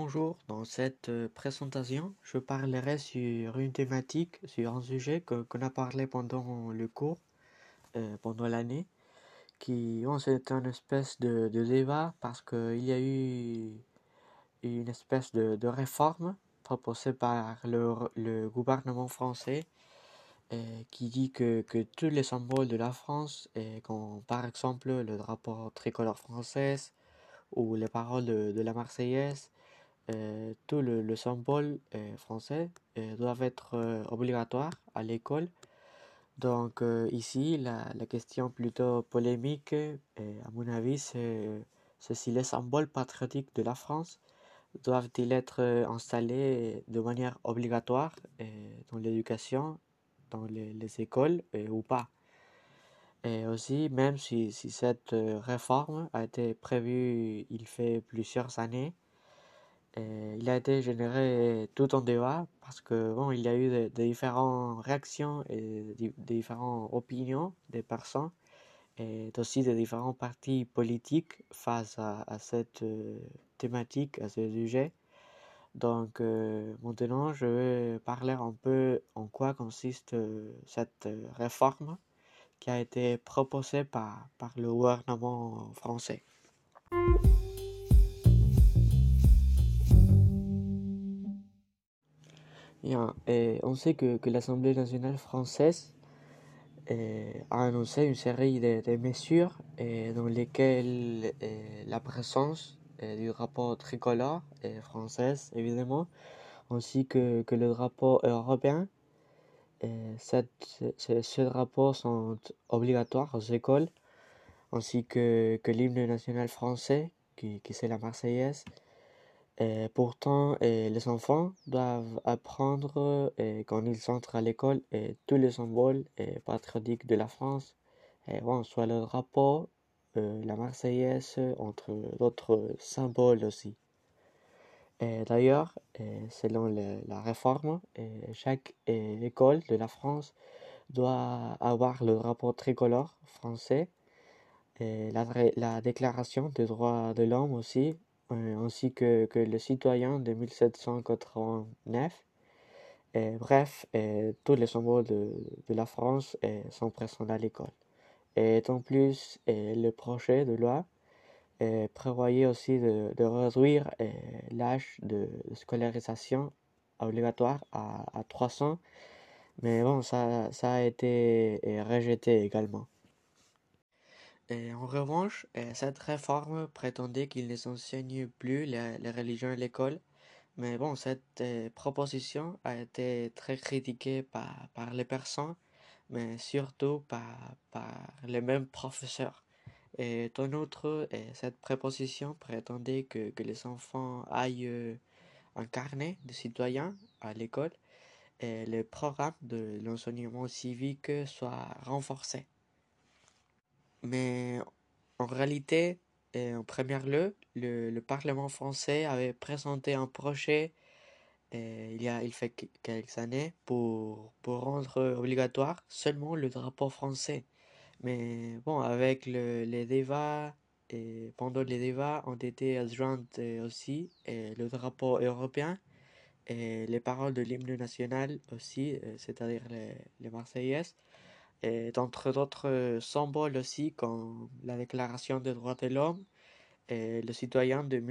bonjour. Dans cette présentation, je parlerai sur une thématique, sur un sujet qu'on a parlé pendant le cours, pendant l'année, c'est une espèce de débat parce qu'il y a eu une espèce de réforme proposée par le gouvernement français qui dit que tous les symboles de la France, comme par exemple le drapeau tricolore français ou les paroles de la Marseillaise, tout le symbole français doivent être obligatoires à l'école. Donc ici, la question plutôt polémique, à mon avis, c'est si les symboles patriotiques de la France doivent-ils être installés de manière obligatoire dans l'éducation, dans les écoles ou pas. Et aussi, même si cette réforme a été prévue il fait plusieurs années, il a été généré tout en débat parce que bon, il y a eu de différentes réactions et de différentes opinions des personnes et aussi de différents partis politiques face à cette thématique, à ce sujet. Donc maintenant, je vais parler un peu en quoi consiste cette réforme qui a été proposée par le gouvernement français. Bien, et on sait que l'Assemblée nationale française a annoncé une série de mesures dans lesquelles la présence du drapeau tricolore française, évidemment, ainsi que le drapeau européen. Ces drapeaux sont obligatoires aux écoles, ainsi que l'hymne national français, qui c'est la Marseillaise. Pourtant, les enfants doivent apprendre quand ils entrent à l'école tous les symboles patriotiques de la France, bon, soit le drapeau, la Marseillaise, entre d'autres symboles aussi. D'ailleurs, selon la réforme, chaque école de la France doit avoir le drapeau tricolore français, la déclaration des droits de l'homme aussi, ainsi que le citoyen de 1789. Bref, tous les symboles de la France sont présents à l'école. Et en plus, le projet de loi prévoyait aussi de réduire l'âge de scolarisation obligatoire à 3 ans, mais bon, ça a été rejeté également. Et en revanche, cette réforme prétendait qu'il ne s'enseigne plus les religions à l'école. Mais bon, cette proposition a été très critiquée par les personnes, mais surtout par les mêmes professeurs. Et en outre, cette proposition prétendait que les enfants aillent un carnet de citoyens à l'école et le programme de l'enseignement civique soit renforcé. Mais en réalité, en premier lieu, le Parlement français avait présenté un projet il fait quelques années pour rendre obligatoire seulement le drapeau français. Mais bon, avec les débats, et pendant les débats ont été adjointes aussi le drapeau européen et les paroles de l'hymne national aussi, c'est-à-dire les Marseillaises, et d'entre d'autres symboles aussi comme la Déclaration des droits de l'homme et le citoyen de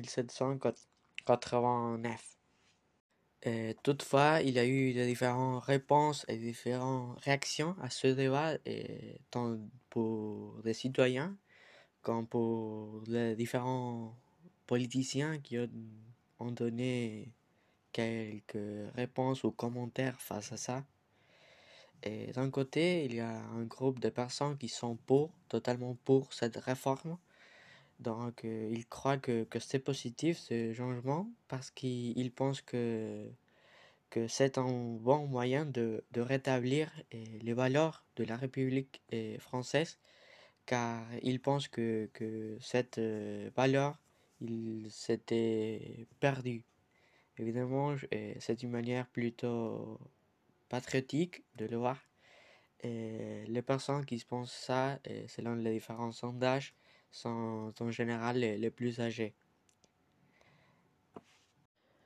1789. Toutefois, il y a eu de différentes réponses et différentes réactions à ce débat, tant pour des citoyens comme pour les différents politiciens qui ont donné quelques réponses ou commentaires face à ça. Et d'un côté, il y a un groupe de personnes qui sont totalement pour cette réforme. Donc, ils croient que c'est positif ce changement parce qu'ils pensent que c'est un bon moyen de rétablir les valeurs de la République française, car ils pensent que cette valeur, il s'était perdue. Évidemment, c'est une manière plutôt patriotique de le voir. Et les personnes qui pensent ça, selon les différents sondages, sont en général les plus âgées.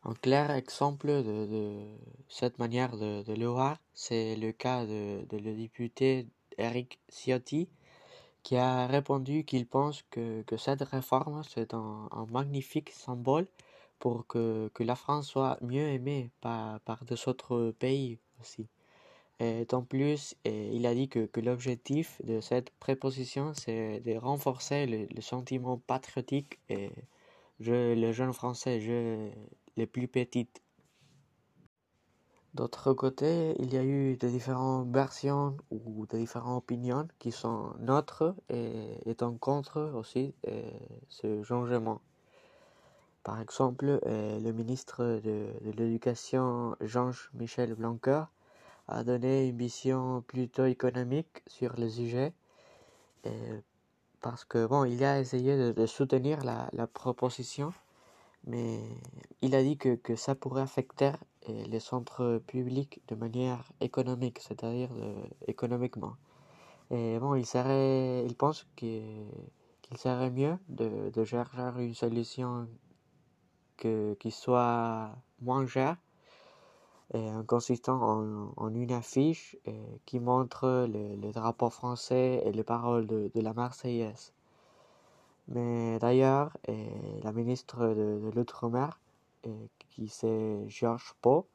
Un clair exemple de cette manière de le voir, c'est le cas de le député Eric Ciotti, qui a répondu qu'il pense que cette réforme, c'est un magnifique symbole pour que la France soit mieux aimée par des autres pays aussi. Et en plus, il a dit que l'objectif de cette préposition, c'est de renforcer le sentiment patriotique et les jeunes Français, les plus petites. D'autre côté, il y a eu de différentes versions ou de différentes opinions qui sont neutres et étant contre aussi ce changement. Par exemple, le ministre de l'Éducation, Jean-Michel Blanquer, a donné une vision plutôt économique sur le sujet parce que bon, il a essayé de soutenir la proposition, mais il a dit que ça pourrait affecter les centres publics de manière économique, c'est-à-dire économiquement. Et bon, il pense qu'il serait mieux de chercher une solution qui soit moins chère en consistant en une affiche qui montre le drapeau français et les paroles de la Marseillaise. Mais d'ailleurs, la ministre de l'Outre-mer, qui c'est Georges Pau,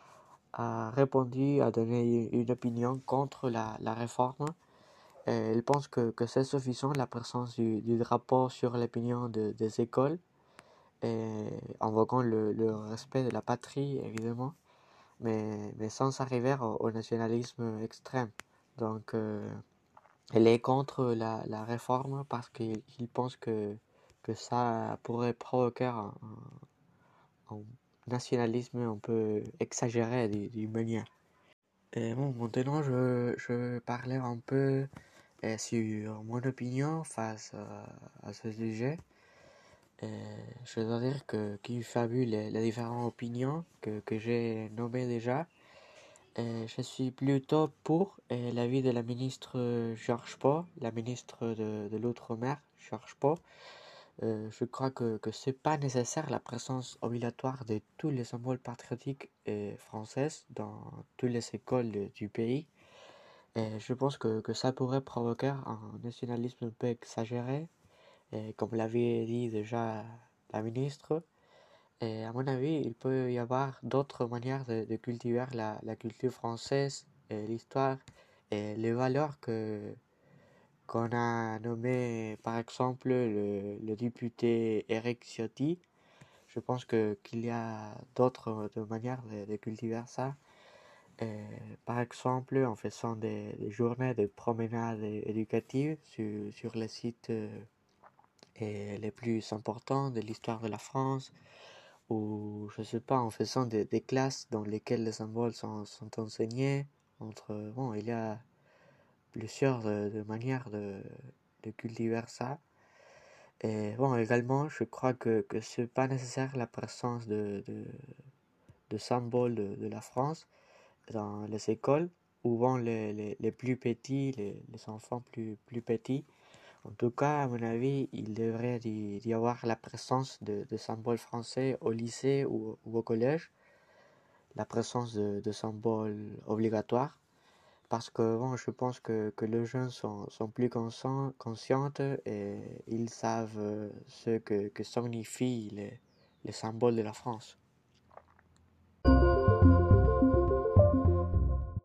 a donné une opinion contre la réforme. Elle pense que c'est suffisant la présence du drapeau sur l'opinion des écoles, invoquant le respect de la patrie, évidemment, mais sans arriver au nationalisme extrême. Donc, elle est contre la réforme parce qu'il pense que ça pourrait provoquer un nationalisme un peu exagéré d'une manière. Et bon, maintenant, je parlais un peu sur mon opinion face à ce sujet. Je dois dire qu'il a vu les différentes opinions que j'ai nommées déjà. Je suis plutôt pour l'avis de la ministre Georges Pau, la ministre de l'Outre-mer, Georges Pau. Je crois que c'est pas nécessaire la présence obligatoire de tous les symboles patriotiques françaises dans toutes les écoles du pays. Je pense que ça pourrait provoquer un nationalisme un peu exagéré, comme l'avait dit déjà la ministre. Et à mon avis, il peut y avoir d'autres manières de cultiver la culture française, l'histoire et les valeurs qu'on a nommé par exemple le député Eric Ciotti. Je pense qu'il y a d'autres manières de cultiver ça. Par exemple, en faisant des journées de promenade éducatives sur les sites les plus importants de l'histoire de la France, ou je sais pas, en faisant des classes dans lesquelles les symboles sont enseignés. Bon, il y a plusieurs de manières de cultiver ça. Et bon, également, je crois que c'est pas nécessaire la présence de symboles de la France dans les écoles, où vont les plus petits, les enfants plus petits. En tout cas, à mon avis, il devrait y avoir la présence de symboles français au lycée ou au collège, la présence de symboles obligatoires, parce que bon, je pense que les jeunes sont plus conscients et ils savent ce que signifient les symboles de la France.